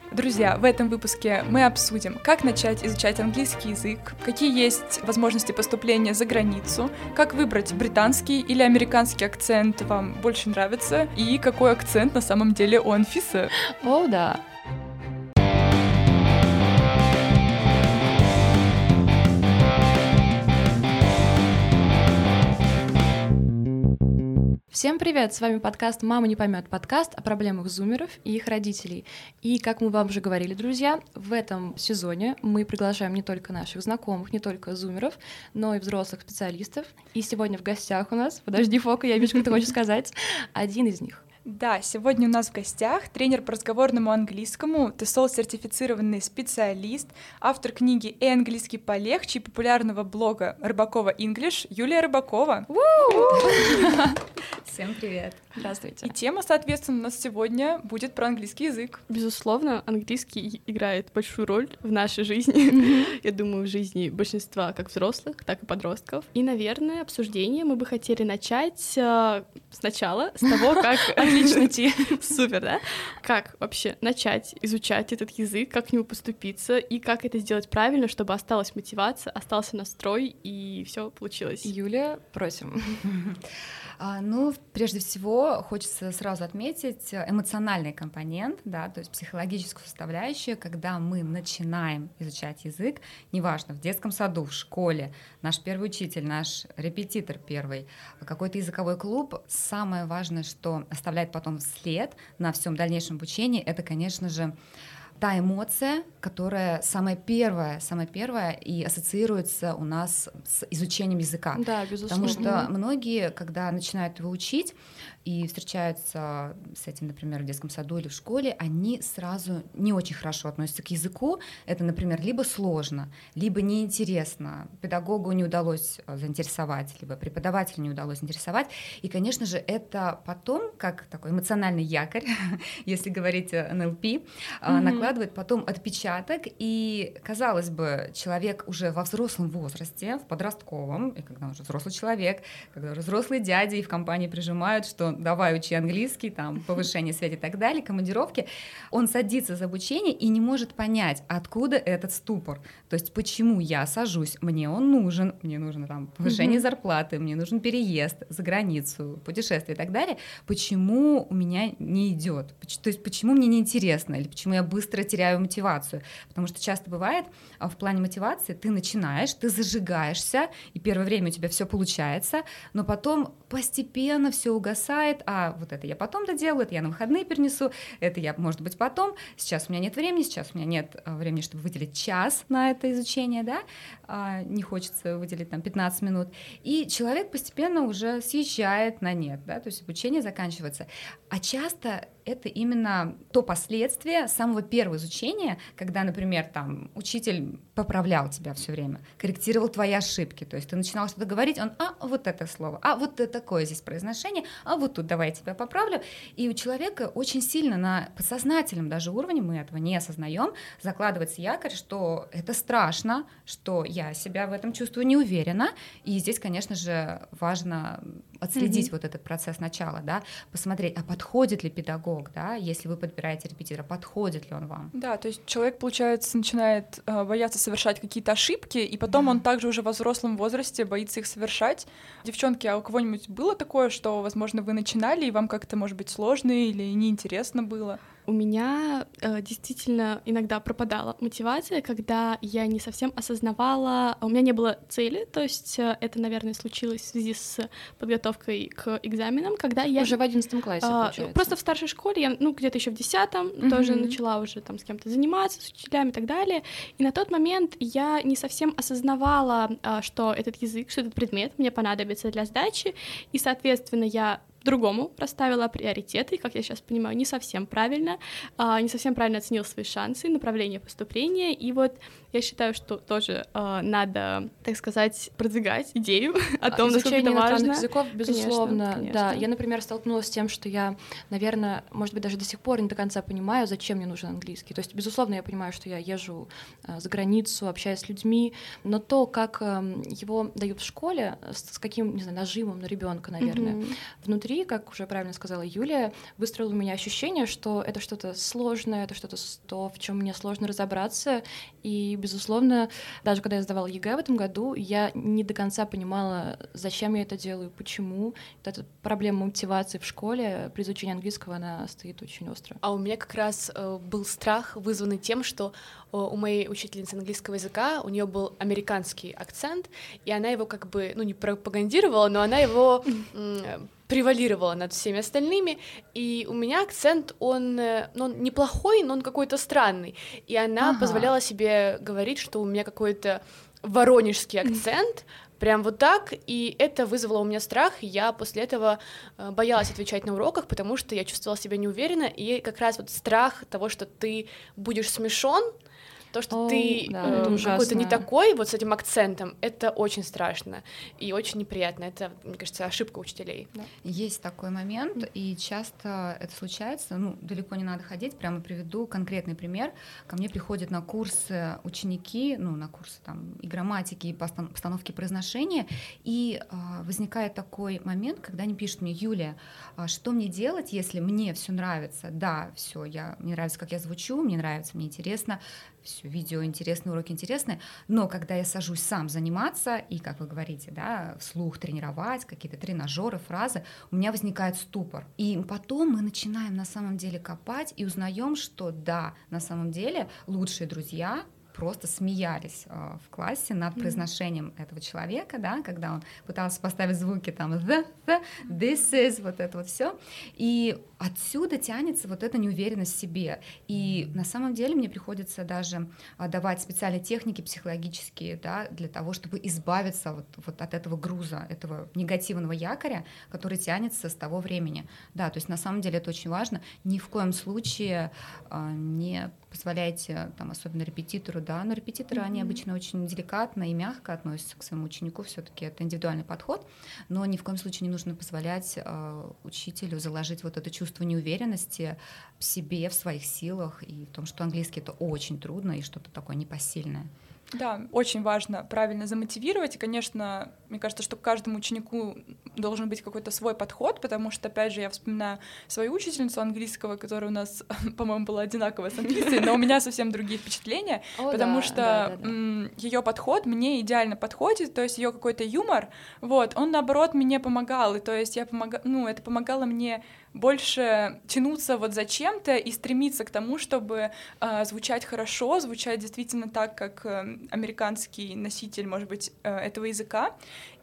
Друзья, в этом выпуске мы обсудим, как начать изучать английский язык, какие есть возможности поступления за границу, как выбрать британский или американский акцент вам больше нравится, и какой акцент на самом деле у Анфисы. О, да. Всем привет! С вами подкаст «Мама не поймет», подкаст о проблемах зумеров и их родителей. И, как мы вам уже говорили, друзья, в этом сезоне мы приглашаем не только наших знакомых, не только зумеров, но и взрослых специалистов. И сегодня в гостях у нас, подожди, Фока, я вижу, что ты хочешь сказать, один из них. Да, сегодня у нас в гостях тренер по разговорному английскому, TESOL-сертифицированный специалист, автор книги «И английский полегче» и популярного блога Рыбакова English Юлия Рыбакова. Всем привет. Здравствуйте. И тема, соответственно, у нас сегодня будет про английский язык. Безусловно, английский играет большую роль в нашей жизни. Я думаю, в жизни большинства как взрослых, так и подростков. И, наверное, обсуждение мы бы хотели начать сначала, с того, как... Отлично, Ти. Супер, да? Как вообще начать изучать этот язык, как к нему поступиться, и как это сделать правильно, чтобы осталась мотивация, остался настрой, и все получилось. Юлия, просим. Ну, прежде всего, хочется сразу отметить эмоциональный компонент, да, то есть психологическую составляющую, когда мы начинаем изучать язык, неважно, в детском саду, в школе, наш первый учитель, наш репетитор первый, какой-то языковой клуб, самое важное, что оставляет потом след на всем дальнейшем обучении, это, конечно же, та эмоция, которая самая первая и ассоциируется у нас с изучением языка. Да, безусловно. Потому что многие, когда начинают его учить и встречаются с этим, например, в детском саду или в школе, они сразу не очень хорошо относятся к языку. Это, например, либо сложно, либо неинтересно, педагогу не удалось заинтересовать, либо преподавателю не удалось заинтересовать. И, конечно же, это потом, как такой эмоциональный якорь, если говорить НЛП, накладывает потом отпечаток, и, казалось бы, человек уже во взрослом возрасте, в подростковом, и когда он уже взрослый человек, когда уже взрослые дяди и в компании прижимают, что давай учи английский, там, повышение связи и так далее, командировки, он садится за обучение и не может понять, откуда этот ступор, то есть почему я сажусь, мне он нужен, мне нужно там повышение зарплаты, мне нужен переезд за границу, путешествие и так далее, почему у меня не идет, то есть почему мне неинтересно, или почему я быстро теряю мотивацию, потому что часто бывает в плане мотивации ты начинаешь, ты зажигаешься, и первое время у тебя все получается, но потом постепенно все угасает, а вот это я потом доделаю, это я на выходные перенесу, это я, может быть, потом, сейчас у меня нет времени, сейчас у меня нет времени, чтобы выделить час на это изучение, да, не хочется выделить там 15 минут, и человек постепенно уже съезжает на нет, да, то есть обучение заканчивается, а часто это именно то последствие самого первого изучения, когда, например, там учитель поправлял тебя все время, корректировал твои ошибки, то есть ты начинал что-то говорить, он, вот это слово, вот это такое здесь произношение, вот тут давай я тебя поправлю, и у человека очень сильно на подсознательном даже уровне, мы этого не осознаем, закладывается якорь, что это страшно, что я себя в этом чувствую неуверенно, и здесь, конечно же, важно отследить вот этот процесс начала, да, посмотреть, подходит ли педагог, да, если вы подбираете репетитора, подходит ли он вам. Да, то есть человек, получается, начинает бояться совершать какие-то ошибки, и потом он также уже во взрослом возрасте боится их совершать. Девчонки, а у кого-нибудь было такое, что, возможно, вы начинали, и вам как-то, может быть, сложно или неинтересно было? У меня действительно иногда пропадала мотивация, когда я не совсем осознавала, у меня не было цели, то есть это, наверное, случилось в связи с подготовкой к экзаменам, когда я... Уже в 11 классе, получается. Просто в старшей школе, я, где-то еще в 10-м тоже начала уже там с кем-то заниматься, с учителями и так далее, и на тот момент я не совсем осознавала, что этот язык, что этот предмет мне понадобится для сдачи, и, соответственно, я другому расставила приоритеты, как я сейчас понимаю, не совсем правильно оценил свои шансы, направление поступления, и вот я считаю, что тоже надо, так сказать, продвигать идею о том, насколько это важно. Изучение иностранных языков, безусловно, конечно. Да. Я, например, столкнулась с тем, что я, наверное, может быть, даже до сих пор не до конца понимаю, зачем мне нужен английский. То есть, безусловно, я понимаю, что я езжу за границу, общаюсь с людьми, но то, как его дают в школе, с каким, не знаю, нажимом на ребенка, наверное, внутри изнутри, как уже правильно сказала Юлия, выстроил у меня ощущение, что это что-то сложное, это что-то, в чем мне сложно разобраться. И, безусловно, даже когда я сдавала ЕГЭ в этом году, я не до конца понимала, зачем я это делаю, почему. Вот эта проблема мотивации в школе при изучении английского, она стоит очень остро. А у меня как раз был страх, вызванный тем, что у моей учительницы английского языка, у нее был американский акцент, и она его как бы, не пропагандировала, но она его превалировала над всеми остальными, и у меня акцент, он неплохой, но он какой-то странный, и она позволяла себе говорить, что у меня какой-то воронежский акцент, прям вот так, и это вызвало у меня страх, и я после этого боялась отвечать на уроках, потому что я чувствовала себя неуверенно, и как раз вот страх того, что ты будешь смешон, то, что ты какой-то не такой, вот с этим акцентом, это очень страшно и очень неприятно. Это, мне кажется, ошибка учителей. Да. Есть такой момент, и часто это случается, далеко не надо ходить, прямо приведу конкретный пример. Ко мне приходят на курсы ученики, на курсы там и грамматики, и постановки произношения, и возникает такой момент, когда они пишут мне: Юлия, что мне делать, если мне все нравится? Да, все, мне нравится, как я звучу, мне нравится, мне интересно, все, видео интересные, уроки интересные, но когда я сажусь сам заниматься и, как вы говорите, вслух тренировать, какие-то тренажеры, фразы, у меня возникает ступор. И потом мы начинаем на самом деле копать и узнаем, что да, на самом деле лучшие друзья просто смеялись в классе над произношением этого человека, когда он пытался поставить звуки там the, this is, вот это вот все. И отсюда тянется вот эта неуверенность в себе. И на самом деле мне приходится даже давать специальные техники психологические, для того, чтобы избавиться вот от этого груза, этого негативного якоря, который тянется с того времени. Да, то есть на самом деле это очень важно. Ни в коем случае не позволяйте, особенно репетитору, но репетиторы, они обычно очень деликатно и мягко относятся к своему ученику, все-таки это индивидуальный подход, но ни в коем случае не нужно позволять учителю заложить вот это чувство неуверенности в себе, в своих силах и в том, что английский — это очень трудно и что-то такое непосильное. Да, очень важно правильно замотивировать, и, конечно, мне кажется, что к каждому ученику должен быть какой-то свой подход, потому что, опять же, я вспоминаю свою учительницу английского, которая у нас, по-моему, была одинаковая с английской, но у меня совсем другие впечатления, потому что ее подход мне идеально подходит, то есть ее какой-то юмор, он, наоборот, мне помогал, и то есть это помогало мне больше тянуться за чем-то и стремиться к тому, чтобы звучать хорошо, звучать действительно так, как американский носитель, может быть, этого языка.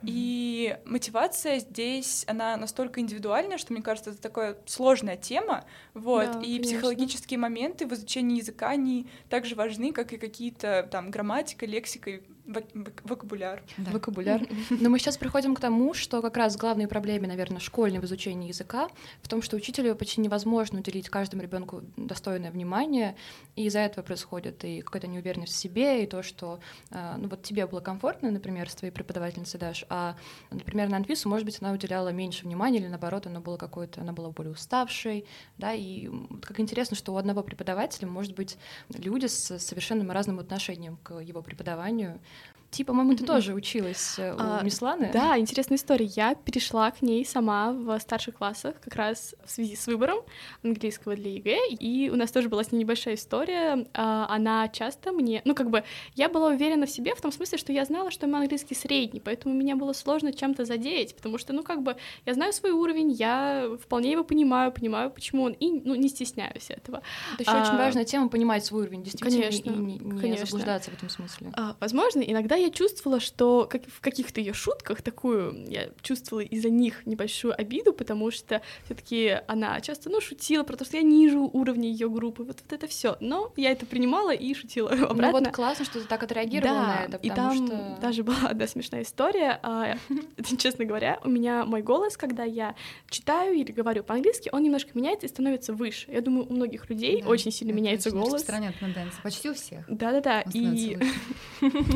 И мотивация здесь, она настолько индивидуальная, что, мне кажется, это такая сложная тема, и конечно. Психологические моменты в изучении языка, они так же важны, как и какие-то там грамматика, лексика, вокабуляр. Да. Вокабуляр. Но мы сейчас приходим к тому, что как раз главной проблеме, наверное, школьной в изучении языка в том, что учителю почти невозможно уделить каждому ребенку достойное внимание, и из-за этого происходит и какая-то неуверенность в себе, и то, что тебе было комфортно, например, с твоей преподавательницей, Даш, а, например, на Анфису, может быть, она уделяла меньше внимания, или наоборот, она была более уставшей, и как интересно, что у одного преподавателя может быть люди с совершенно разным отношением к его преподаванию. По-моему, ты тоже училась у мисс Ланы. Да, интересная история. Я перешла к ней сама в старших классах как раз в связи с выбором английского для ЕГЭ, и у нас тоже была с ней небольшая история. Она часто мне... я была уверена в себе в том смысле, что я знала, что мой английский средний, поэтому мне было сложно чем-то задеть, потому что, я знаю свой уровень, я вполне его понимаю, почему он, и, не стесняюсь этого. Это еще очень важная тема — понимать свой уровень, действительно, конечно, и не заблуждаться в этом смысле. Возможно, иногда я чувствовала, что в каких-то ее шутках я чувствовала из-за них небольшую обиду, потому что все-таки она часто шутила про то, что я ниже уровня ее группы, вот это все. Но я это принимала и шутила обратно. Классно, что ты так отреагировала на это, потому и там что... даже была одна смешная история. Честно говоря, у меня мой голос, когда я читаю или говорю по-английски, он немножко меняется и становится выше. Я думаю, у многих людей очень сильно меняется голос. Распространённая тенденция, почти у всех. Да. И я очень рада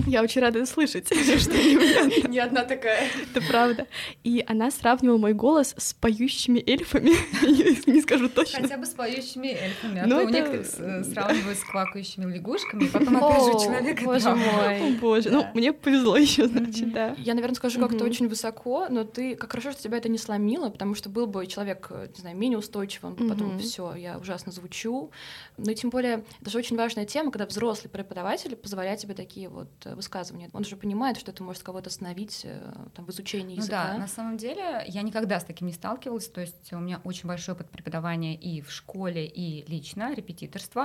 рада слышать, что не Не одна такая. это правда. И она сравнивала мой голос с поющими эльфами, не скажу точно. Хотя бы с поющими эльфами, а Ну, то у это- некоторых сравнивают с квакающими лягушками, и потом опять же О, человек... боже это- мой. О боже, ну Да. мне повезло еще, значит, да. Я, наверное, скажу как-то Мгм. очень высоко, но ты, как хорошо, что тебя это не сломило, потому что был бы человек, не знаю, менее устойчивым, потом Мгм. все, я ужасно звучу. Ну и тем более, это же очень важная тема, когда взрослый преподаватель позволяет тебе такие вот высказывания. Он же понимает, что это может кого-то остановить там, в изучении Ну языка. да, на самом деле я никогда с таким не сталкивалась, то есть у меня очень большой опыт преподавания и в школе, и лично, репетиторство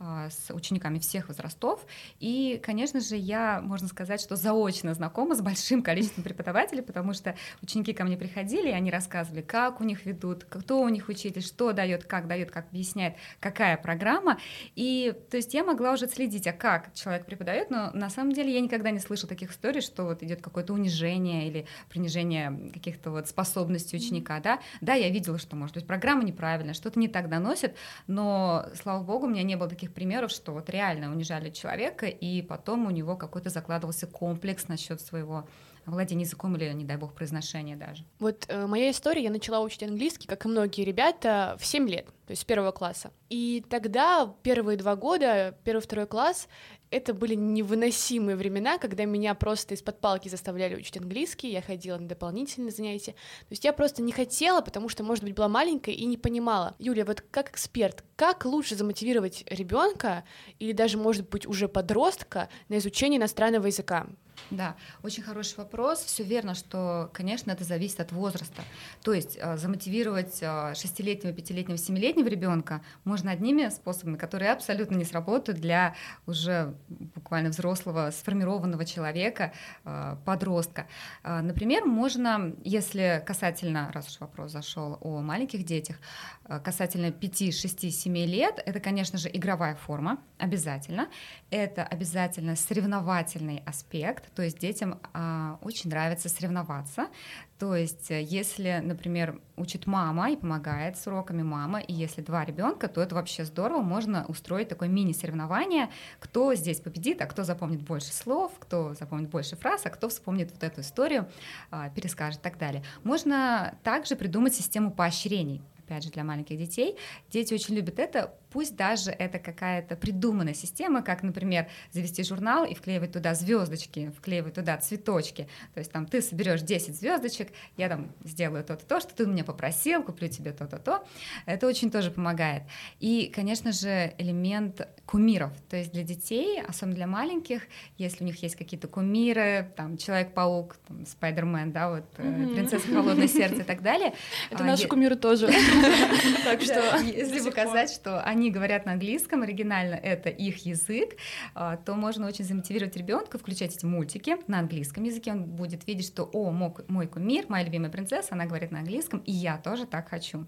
с учениками всех возрастов, и, конечно же, я, можно сказать, что заочно знакома с большим количеством преподавателей, потому что ученики ко мне приходили, и они рассказывали, как у них ведут, кто у них учитель, что дает, как объясняет, какая программа, и то есть я могла уже следить, а как человек преподает, но на самом деле я никогда не слышала таких историй, что вот идет какое-то унижение или принижение каких-то вот способностей ученика, да. Да, я видела, что, может быть, программа неправильная, что-то не так доносит, но, слава богу, у меня не было таких примеров, что вот реально унижали человека, и потом у него какой-то закладывался комплекс насчет своего владения языком или, не дай бог, произношения даже. Вот моя история, я начала учить английский, как и многие ребята, в 7 лет, то есть с 1 класса. И тогда, первые 2 года, 1-2 класс, это были невыносимые времена, когда меня просто из-под палки заставляли учить английский, я ходила на дополнительные занятия. То есть я просто не хотела, потому что, может быть, была маленькая и не понимала. Юля, вот как эксперт, как лучше замотивировать ребенка или даже, может быть, уже подростка на изучение иностранного языка? Да, очень хороший вопрос. Все верно, что, конечно, это зависит от возраста. То есть замотивировать 6-летнего, 5-летнего, 7-летнего ребенка можно одними способами, которые абсолютно не сработают для уже буквально взрослого, сформированного человека, подростка. Например, можно, если касательно, раз уж вопрос зашел о маленьких детях, касательно 5, 6, 7 лет, это, конечно же, игровая форма, обязательно. Это обязательно соревновательный аспект, то есть детям очень нравится соревноваться. То есть если, например, учит мама и помогает с уроками мама, и если 2 ребенка, то это вообще здорово, можно устроить такое мини-соревнование, кто здесь победит, а кто запомнит больше слов, кто запомнит больше фраз, а кто вспомнит вот эту историю, перескажет и так далее. Можно также придумать систему поощрений. Опять же, для маленьких детей. Дети очень любят это, пусть даже это какая-то придуманная система, как, например, завести журнал и вклеивать туда звездочки, вклеивать туда цветочки. То есть там ты соберешь 10 звездочек, я там сделаю то-то, то, что ты у меня попросил, куплю тебе то-то, то. Это очень тоже помогает. И, конечно же, элемент кумиров. То есть для детей, особенно для маленьких, если у них есть какие-то кумиры, там Человек-паук, там, Спайдермен, да, вот принцесса Холодное сердце и так далее. Это наши кумиры тоже. Так что, если показать, что они говорят на английском, оригинально это их язык, то можно очень замотивировать ребенка, включать эти мультики на английском языке. Он будет видеть, что мой кумир, моя любимая принцесса, она говорит на английском, и я тоже так хочу.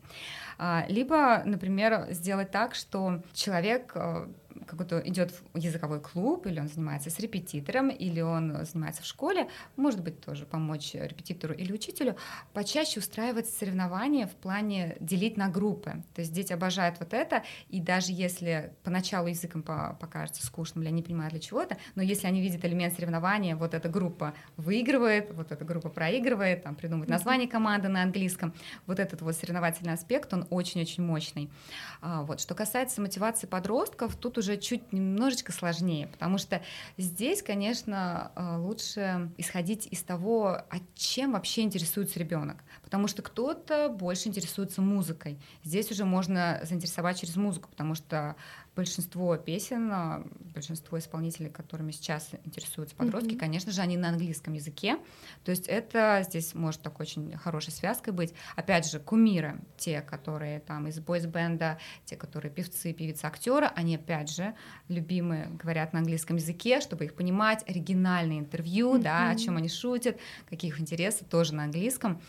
Либо, например, сделать так, что человек какой-то идет в языковой клуб, или он занимается с репетитором, или он занимается в школе, может быть, тоже помочь репетитору или учителю, почаще устраивать соревнования в плане делить на группы. То есть дети обожают вот это, и даже если поначалу язык им покажется скучным, или они не понимают, для чего это, но если они видят элемент соревнования, вот эта группа выигрывает, вот эта группа проигрывает, там придумывает название команды на английском, вот этот вот соревновательный аспект, он очень-очень мощный. Вот. Что касается мотивации подростков, тут уже чуть немножечко сложнее, потому что здесь, конечно, лучше исходить из того, чем вообще интересуется ребенок, потому что кто-то больше интересуется музыкой. Здесь уже можно заинтересовать через музыку, потому что большинство песен, большинство исполнителей, которыми сейчас интересуются подростки, конечно же, они на английском языке. То есть это здесь может такой очень хорошей связкой быть. Опять же, кумиры, те, которые там из бойс-бенда, те, которые певцы, певицы, актеры, они опять же любимые, говорят на английском языке, чтобы их понимать, оригинальные интервью, да, о чем они шутят, какие их интересы, тоже на английском.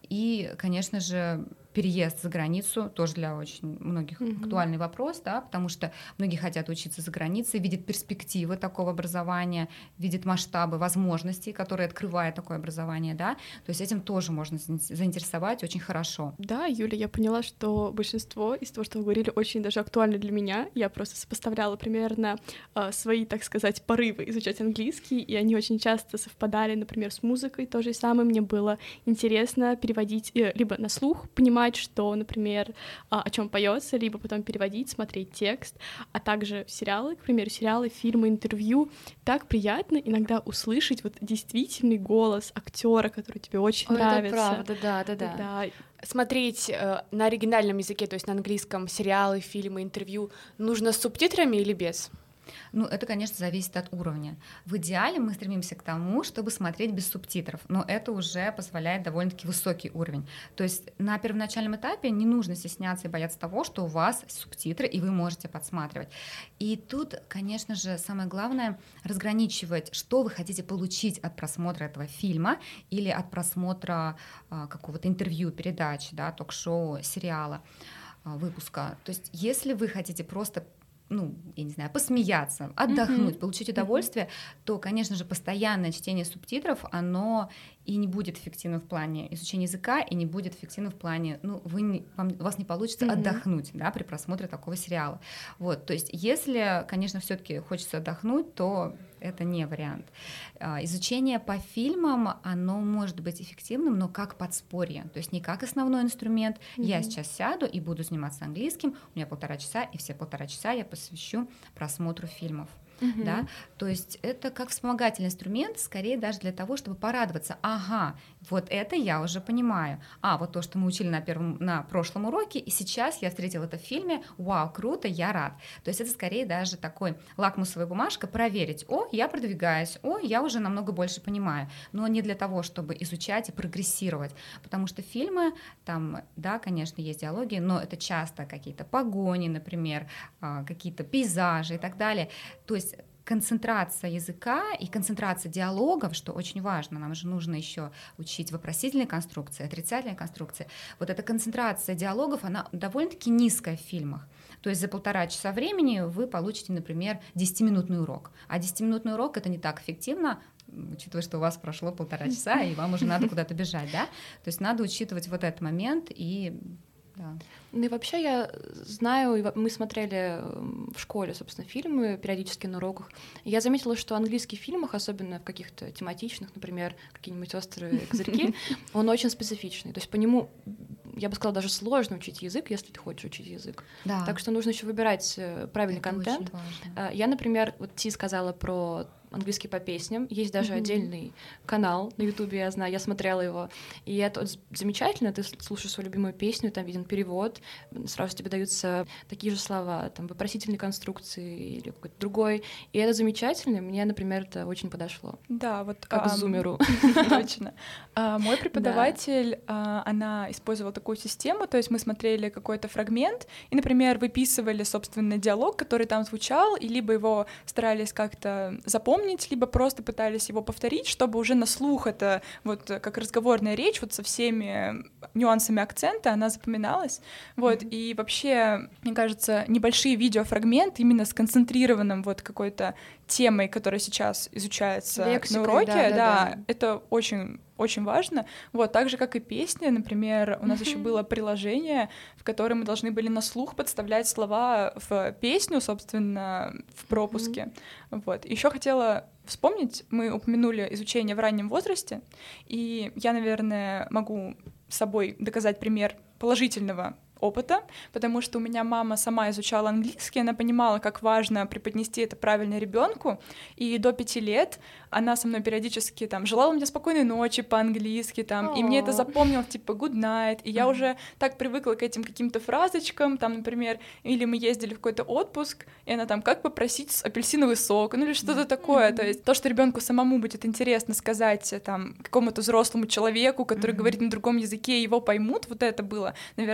И, конечно же, переезд за границу тоже для очень многих актуальный вопрос, да, потому что многие хотят учиться за границей, видят перспективы такого образования, видят масштабы возможностей, которые открывает такое образование, да, то есть этим тоже можно заинтересовать очень хорошо. Да, Юля, я поняла, что большинство из того, что вы говорили, очень даже актуально для меня. Я просто сопоставляла примерно свои, так сказать, порывы изучать английский, и они очень часто совпадали, например, с музыкой. То же самое мне было интересно переводить либо на слух, понимать, что, например, о чем поется, либо потом переводить, смотреть текст, а также сериалы, к примеру, сериалы, фильмы, интервью. Так приятно иногда услышать вот действительный голос актера, который тебе очень нравится. Это правда, да. Смотреть на оригинальном языке, то есть на английском, сериалы, фильмы, интервью, нужно с субтитрами или без? Ну, это, конечно, зависит от уровня. В идеале мы стремимся к тому, чтобы смотреть без субтитров, но это уже позволяет довольно-таки высокий уровень. То есть на первоначальном этапе не нужно стесняться и бояться того, что у вас субтитры, и вы можете подсматривать. И тут, конечно же, самое главное — разграничивать, что вы хотите получить от просмотра этого фильма или от просмотра какого-то интервью, передачи, да, ток-шоу, сериала, выпуска. То есть если вы хотите просто я не знаю, посмеяться, отдохнуть, получить удовольствие, то, конечно же, постоянное чтение субтитров, оно и не будет эффективным в плане изучения языка, и не будет эффективным в плане, у вас не получится отдохнуть, да, при просмотре такого сериала. Вот, то есть, если, конечно, все-таки хочется отдохнуть, то это не вариант. Изучение по фильмам, оно может быть эффективным, но как подспорье, то есть не как основной инструмент. Я сейчас сяду и буду заниматься английским, у меня 1,5 часа, и все 1,5 часа я посвящу просмотру фильмов. Да? То есть это как вспомогательный инструмент, скорее даже для того, чтобы порадоваться. Ага, вот это я уже понимаю. Вот то, что мы учили на прошлом уроке, и сейчас я встретила это в фильме. Вау, круто, я рад. То есть это скорее даже такой лакмусовая бумажка, проверить. Я продвигаюсь, я уже намного больше понимаю. Но не для того, чтобы изучать и прогрессировать. Потому что фильмы, там, да, конечно, есть диалоги, но это часто какие-то погони, например, какие-то пейзажи и так далее. То есть концентрация языка и концентрация диалогов, что очень важно, нам же нужно еще учить вопросительные конструкции, отрицательные конструкции. Вот эта концентрация диалогов, она довольно-таки низкая в фильмах. То есть за 1,5 часа времени вы получите, например, 10-минутный урок. А 10-минутный урок — это не так эффективно, учитывая, что у вас прошло 1,5 часа, и вам уже надо куда-то бежать, да? То есть надо учитывать вот этот момент и... Да. Ну и вообще я знаю, мы смотрели в школе, собственно, фильмы периодически на уроках, и я заметила, что английский в фильмах, особенно в каких-то тематичных, например, какие-нибудь «Острые козырьки», он очень специфичный, то есть по нему, я бы сказала, даже сложно учить язык, если ты хочешь учить язык. Да. Так что нужно еще выбирать правильный контент. Я, например, вот Ти сказала про английский по песням. Есть даже отдельный канал на Ютубе, я знаю, я смотрела его. И это замечательно, ты слушаешь свою любимую песню, там виден перевод, сразу тебе даются такие же слова, там вопросительные конструкции или какой-то другой. И это замечательно, мне, например, это очень подошло. Да, вот как зумеру. Точно. Мой преподаватель, она использовала такую систему, то есть мы смотрели какой-то фрагмент и, например, выписывали, собственно, диалог, который там звучал, и либо его старались как-то запомнить, либо просто пытались его повторить, чтобы уже на слух это вот как разговорная речь, вот со всеми нюансами акцента она запоминалась. Вот, и вообще, мне кажется, небольшие видеофрагменты именно сконцентрированным вот какой-то темой, которая сейчас изучается на уроке, да, это очень важно. Вот, так же, как и песни, например, у нас еще было приложение, в котором мы должны были на слух подставлять слова в песню, собственно, в пропуске. Вот. Еще хотела вспомнить, мы упомянули изучение в раннем возрасте, и я, наверное, могу собой доказать пример положительного опыта, потому что у меня мама сама изучала английский, она понимала, как важно преподнести это правильно ребенку, и до 5 лет она со мной периодически там желала мне спокойной ночи по-английски, там, и мне это запомнилось, типа good night, и я уже так привыкла к этим каким-то фразочкам, там, например, или мы ездили в какой-то отпуск, и она там, как попросить апельсиновый сок, ну или что-то такое, то есть то, что ребенку самому будет интересно сказать там какому-то взрослому человеку, который говорит на другом языке, его поймут, вот это было, наверное, самый важный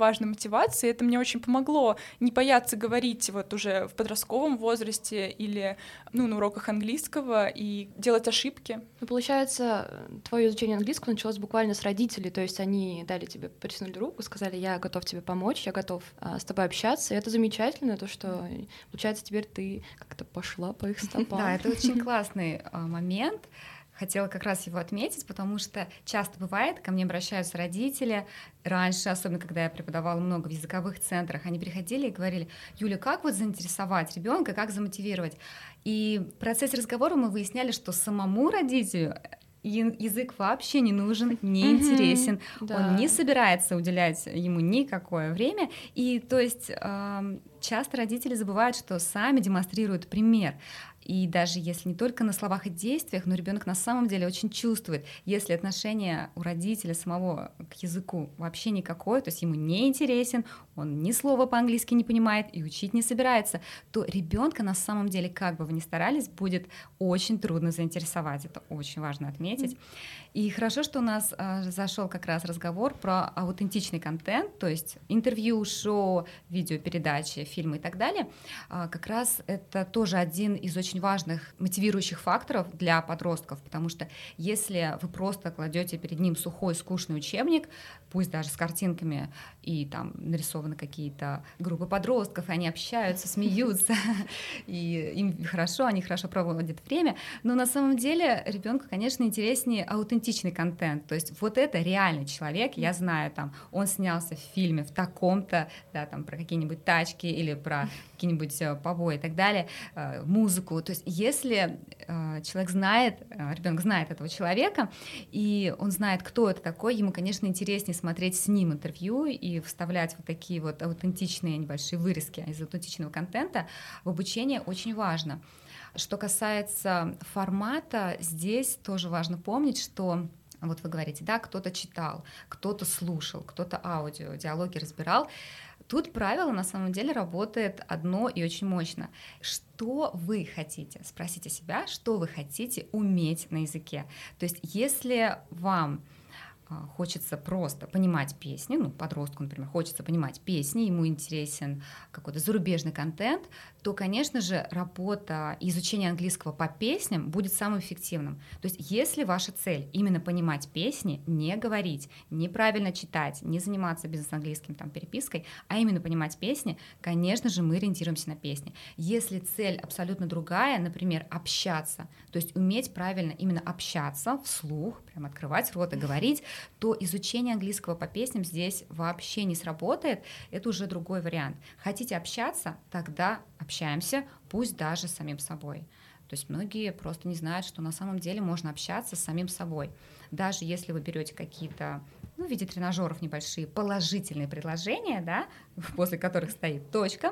важной мотивацией. Это мне очень помогло не бояться говорить вот уже в подростковом возрасте или на уроках английского и делать ошибки. Ну, получается, твое изучение английского началось буквально с родителей, то есть они дали тебе, протянули руку, сказали: я готов тебе помочь, я готов с тобой общаться, и это замечательно, то, что, получается, теперь ты как-то пошла по их стопам. Да, это очень классный момент. Хотела как раз его отметить, потому что часто бывает, ко мне обращаются родители, раньше, особенно когда я преподавала много в языковых центрах, они приходили и говорили: Юля, как вот заинтересовать ребенка, как замотивировать? И в процессе разговора мы выясняли, что самому родителю язык вообще не нужен, не интересен, да. Он не собирается уделять ему никакое время, и то есть часто родители забывают, что сами демонстрируют пример. И даже если не только на словах и действиях, но ребенок на самом деле очень чувствует, если отношение у родителя самого к языку вообще никакое, то есть ему не интересен, он ни слова по-английски не понимает и учить не собирается, то ребенка на самом деле, как бы вы ни старались, будет очень трудно заинтересовать. Это очень важно отметить. И хорошо, что у нас зашел как раз разговор про аутентичный контент, то есть интервью, шоу, видеопередачи, фильмы и так далее. Как раз это тоже один из очень важных мотивирующих факторов для подростков, потому что если вы просто кладете перед ним сухой, скучный учебник, пусть даже с картинками, и там нарисованы какие-то группы подростков, и они общаются, смеются, и им хорошо, они хорошо проводят время, но на самом деле ребенку, конечно, интереснее аутентичный контент, то есть вот это реальный человек, я знаю, там, он снялся в фильме в таком-то, да, там, про какие-нибудь тачки или про какие-нибудь побои и так далее, музыку. То есть если человек знает, ребенок знает этого человека, и он знает, кто это такой, ему, конечно, интереснее смотреть с ним интервью и вставлять вот такие вот аутентичные небольшие вырезки из аутентичного контента в обучение очень важно. Что касается формата, здесь тоже важно помнить, что вот вы говорите, да, кто-то читал, кто-то слушал, кто-то аудио, диалоги разбирал. Тут правило на самом деле работает одно и очень мощно. Что вы хотите? Спросите себя, что вы хотите уметь на языке. То есть если вам хочется просто понимать песни, подростку, например, хочется понимать песни, ему интересен какой-то зарубежный контент, то, конечно же, работа и изучение английского по песням будет самым эффективным. То есть если ваша цель именно понимать песни, не говорить, неправильно читать, не заниматься бизнес-английским перепиской, а именно понимать песни, конечно же, мы ориентируемся на песни. Если цель абсолютно другая, например, общаться, то есть уметь правильно именно общаться вслух, прям открывать рот и говорить, то изучение английского по песням здесь вообще не сработает, это уже другой вариант. Хотите общаться? Тогда общаемся, пусть даже с самим собой. То есть многие просто не знают, что на самом деле можно общаться с самим собой. Даже если вы берете какие-то, в виде тренажеров небольшие, положительные предложения, да, после которых стоит точка,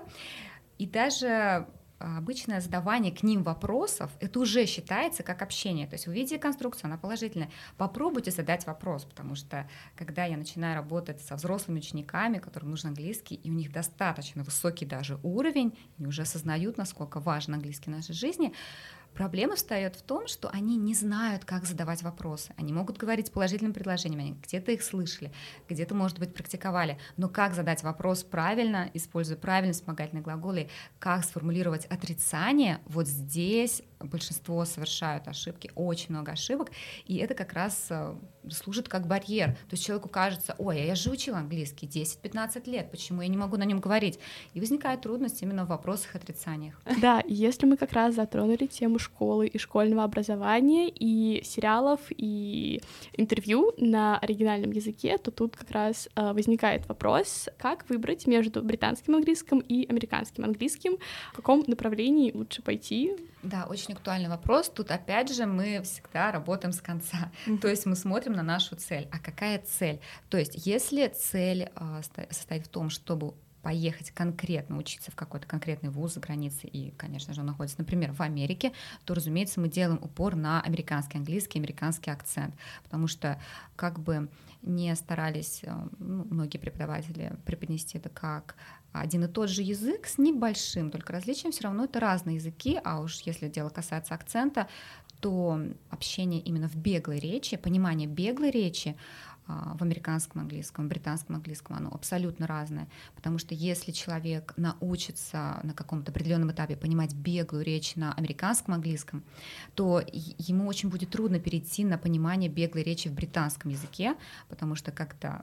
и даже обычное задавание к ним вопросов, это уже считается как общение. То есть вы видите конструкцию, она положительная. Попробуйте задать вопрос, потому что когда я начинаю работать со взрослыми учениками, которым нужен английский, и у них достаточно высокий даже уровень, они уже осознают, насколько важен английский в нашей жизни, проблема встает в том, что они не знают, как задавать вопросы. Они могут говорить положительными предложениями, они где-то их слышали, где-то, может быть, практиковали, но как задать вопрос правильно, используя правильные вспомогательные глаголы, как сформулировать отрицание, вот здесь большинство совершают ошибки, очень много ошибок, и это как раз служит как барьер. То есть человеку кажется: ой, а я же учила английский 10-15 лет, почему я не могу на нем говорить? И возникает трудность именно в вопросах и отрицаниях. Да, если мы как раз затронули тему школы и школьного образования, и сериалов, и интервью на оригинальном языке, то тут как раз возникает вопрос, как выбрать между британским английским и американским английским, в каком направлении лучше пойти. Да, очень актуальный вопрос. Тут опять же мы всегда работаем с конца. То есть мы смотрим на нашу цель. А какая цель? То есть если цель состоит в том, чтобы поехать конкретно учиться в какой-то конкретный вуз за границей, и, конечно же, он находится, например, в Америке, то, разумеется, мы делаем упор на американский английский, американский акцент, потому что как бы не старались многие преподаватели преподнести это как один и тот же язык с небольшим, только различием, все равно это разные языки, а уж если дело касается акцента, то общение именно в беглой речи, понимание беглой речи в американском английском, в британском английском, оно абсолютно разное, потому что если человек научится на каком-то определенном этапе понимать беглую речь на американском английском, то ему очень будет трудно перейти на понимание беглой речи в британском языке, потому что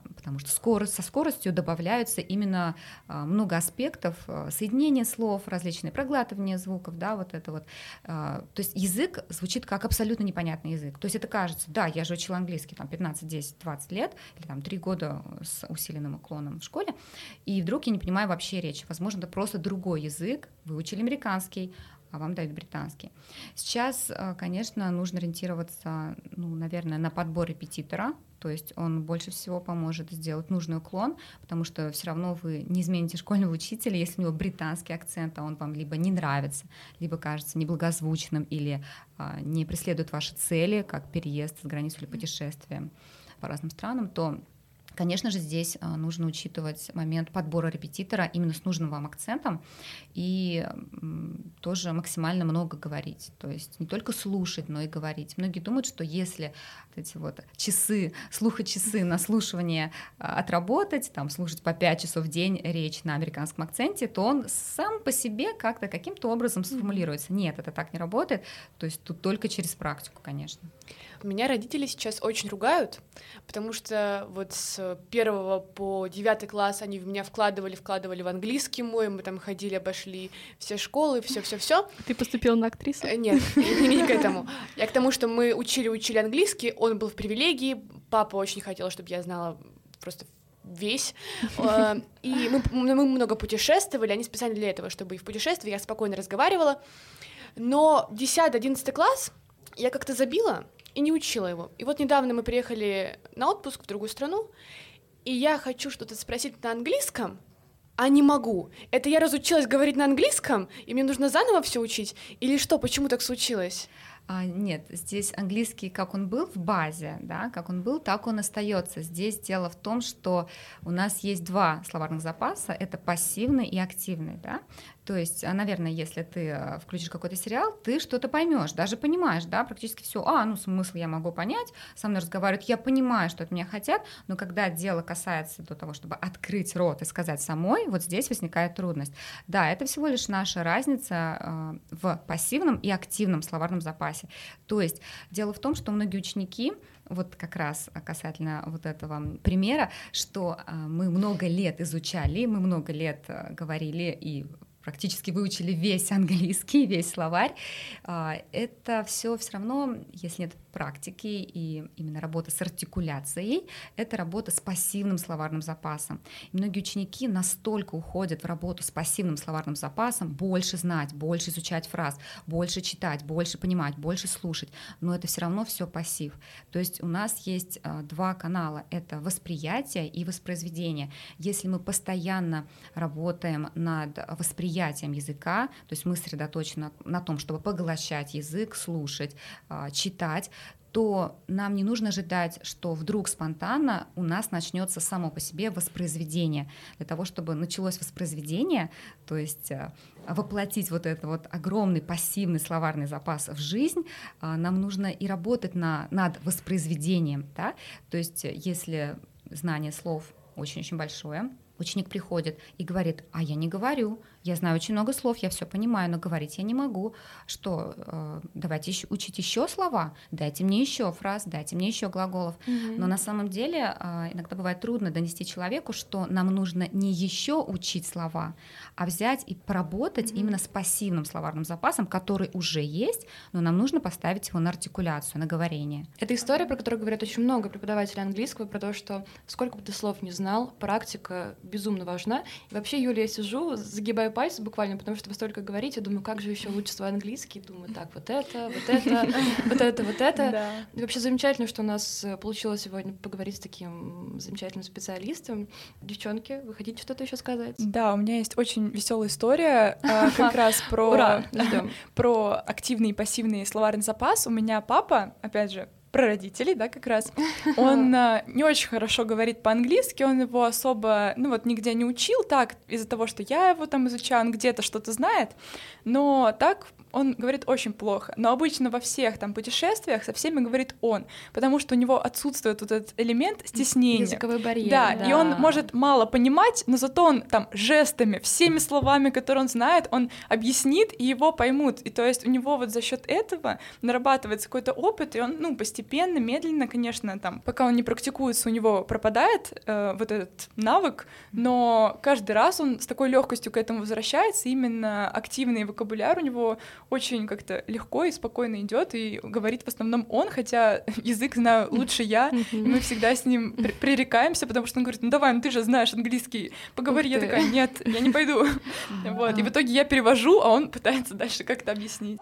со скоростью добавляются именно много аспектов, соединения слов, различные проглатывания звуков, да, вот это вот. То есть язык звучит как абсолютно непонятный язык. То есть это кажется, да, я же учила английский там 15, 10, 20 лет, или там 3 года с усиленным уклоном в школе, и вдруг я не понимаю вообще речи. Возможно, это просто другой язык, вы учили американский, а вам дают британский. Сейчас, конечно, нужно ориентироваться, наверное, на подбор репетитора, то есть он больше всего поможет сделать нужный уклон, потому что все равно вы не измените школьного учителя, если у него британский акцент, а он вам либо не нравится, либо кажется неблагозвучным, или не преследует ваши цели, как переезд за границу или путешествие по разным странам, то, конечно же, здесь нужно учитывать момент подбора репетитора именно с нужным вам акцентом и тоже максимально много говорить. То есть не только слушать, но и говорить. Многие думают, что если эти вот часы, слухочасы, наслушивание отработать, там, слушать по 5 часов в день речь на американском акценте, то он сам по себе как-то каким-то образом сформулируется. Нет, это так не работает. То есть тут только через практику, конечно. Меня родители сейчас очень ругают, потому что вот с 1 по 9 класс они в меня вкладывали в английский мой, мы там ходили, обошли все школы, все. Ты поступила на актрису? Нет, не к этому. Я к тому, что мы учили английский, он был в привилегии, папа очень хотел, чтобы я знала просто весь, и мы много путешествовали, они специально для этого, чтобы и в путешествии я спокойно разговаривала, но 10-11 класс я как-то забила и не учила его. И вот недавно мы приехали на отпуск в другую страну, и я хочу что-то спросить на английском, а не могу. Это я разучилась говорить на английском, и мне нужно заново все учить? Или что, почему так случилось? Нет, здесь английский, как он был в базе, да, как он был, так он остается. Здесь дело в том, что у нас есть 2 словарных запаса, это пассивный и активный, да. То есть, наверное, если ты включишь какой-то сериал, ты что-то поймешь, даже понимаешь, да, практически все. Смысл я могу понять, со мной разговаривают, я понимаю, что от меня хотят, но когда дело касается до того, чтобы открыть рот и сказать самой, вот здесь возникает трудность. Да, это всего лишь наша разница в пассивном и активном словарном запасе. То есть дело в том, что многие ученики, вот как раз касательно вот этого примера, что мы много лет изучали, мы много лет говорили и практически выучили весь английский, весь словарь, это все равно, если нет практики и именно работа с артикуляцией, это работа с пассивным словарным запасом. И многие ученики настолько уходят в работу с пассивным словарным запасом, больше знать, больше изучать фраз, больше читать, больше понимать, больше слушать, но это все равно все пассив. То есть у нас есть 2 канала, это восприятие и воспроизведение. Если мы постоянно работаем над восприятием языка, то есть мы сосредоточены на том, чтобы поглощать язык, слушать, читать, то нам не нужно ожидать, что вдруг спонтанно у нас начнется само по себе воспроизведение. Для того, чтобы началось воспроизведение, то есть воплотить вот этот вот огромный пассивный словарный запас в жизнь, нам нужно и работать над воспроизведением. Да? То есть если знание слов очень-очень большое, ученик приходит и говорит: а я не говорю, я знаю очень много слов, я все понимаю, но говорить я не могу. Что, давайте учить еще слова, дайте мне еще фраз, дайте мне еще глаголов. Но на самом деле иногда бывает трудно донести человеку, что нам нужно не еще учить слова, а взять и поработать именно с пассивным словарным запасом, который уже есть, но нам нужно поставить его на артикуляцию, на говорение. Это история, про которую говорят очень много преподавателей английского, про то, что сколько бы ты слов не знал, практика безумно важна. И вообще, Юля, я сижу, загибаю пальцы буквально, потому что вы столько говорите, думаю, как же еще лучше свой английский, думаю, так, вот это, вот это. И вообще замечательно, что у нас получилось сегодня поговорить с таким замечательным специалистом. Девчонки, вы хотите что-то еще сказать? Да, у меня есть очень веселая история как раз про активный и пассивный словарный запас. У меня папа, опять же, про родителей, да, как раз. Он не очень хорошо говорит по-английски, он его особо, нигде не учил так, из-за того, что я его там изучаю, он где-то что-то знает, но так он говорит очень плохо, но обычно во всех там путешествиях со всеми говорит он, потому что у него отсутствует вот этот элемент стеснения. Языковой барьер. Да, и он может мало понимать, но зато он там жестами, всеми словами, которые он знает, он объяснит, и его поймут. И то есть у него вот за счет этого нарабатывается какой-то опыт, и он, ну, постепенно, медленно, конечно, там, пока он не практикуется, у него пропадает вот этот навык, но каждый раз он с такой легкостью к этому возвращается, именно активный вокабуляр у него очень как-то легко и спокойно идет, и говорит в основном он, хотя язык знаю лучше я, и мы всегда с ним пререкаемся, потому что он говорит: ну давай, ну ты же знаешь английский, поговори. Я такая: нет, я не пойду. Вот. И в итоге я перевожу, а он пытается дальше как-то объяснить.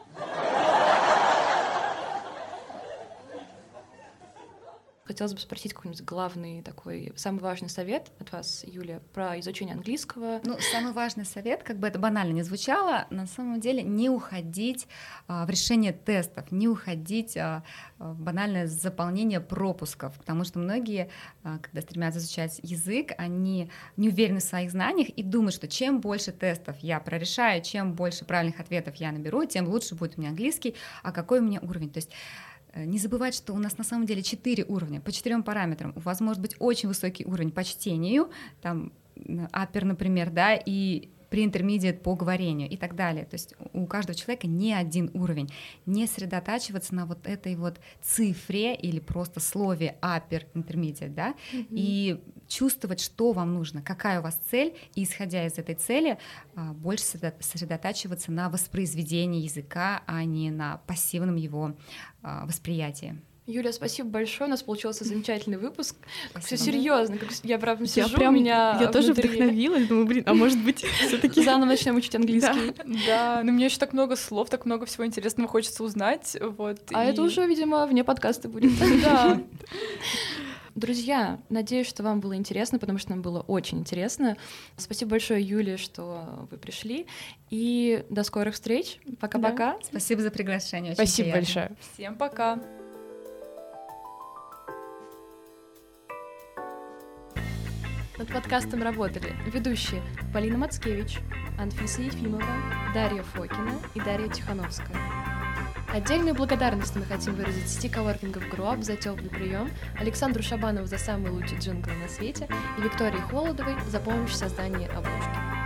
Хотелось бы спросить какой-нибудь главный такой, самый важный совет от вас, Юлия, про изучение английского. Ну, самый важный совет, как бы это банально не звучало, на самом деле не уходить в решение тестов, не уходить в банальное заполнение пропусков, потому что многие, когда стремятся изучать язык, они не уверены в своих знаниях и думают, что чем больше тестов я прорешаю, чем больше правильных ответов я наберу, тем лучше будет у меня английский, а какой у меня уровень. То есть не забывать, что у нас на самом деле 4 уровня, по 4 параметрам. У вас может быть очень высокий уровень по чтению, там, upper, например, да, и pre-intermediate по говорению и так далее. То есть у каждого человека не один уровень. Не сосредотачиваться на вот этой вот цифре или просто слове upper, intermediate, да, и чувствовать, что вам нужно, какая у вас цель, и, исходя из этой цели, больше сосредотачиваться на воспроизведении языка, а не на пассивном его восприятии. Юлия, спасибо большое. У нас получился замечательный выпуск. Все Спасибо. Серьезно. Я прям сижу, у меня Я тоже внутри... вдохновилась, думаю, блин, а может быть, все-таки Заново начнем учить английский. Да, но мне еще так много слов, так много всего интересного хочется узнать. Вот, А это уже, видимо, вне подкаста будет. Да. Друзья, надеюсь, что вам было интересно, потому что нам было очень интересно. Спасибо большое, Юлия, что вы пришли. И до скорых встреч. Пока-пока. Спасибо за приглашение. Очень Спасибо приятно. большое. Всем пока. Над подкастом работали ведущие Полина Мацкевич, Анфиса Ефимова, Дарья Фокина и Дарья Тихановская. Отдельную благодарность мы хотим выразить сети коворкингов Grow за теплый прием, Александру Шабанову за самый лучший джингл на свете и Виктории Холодовой за помощь в создании обложки.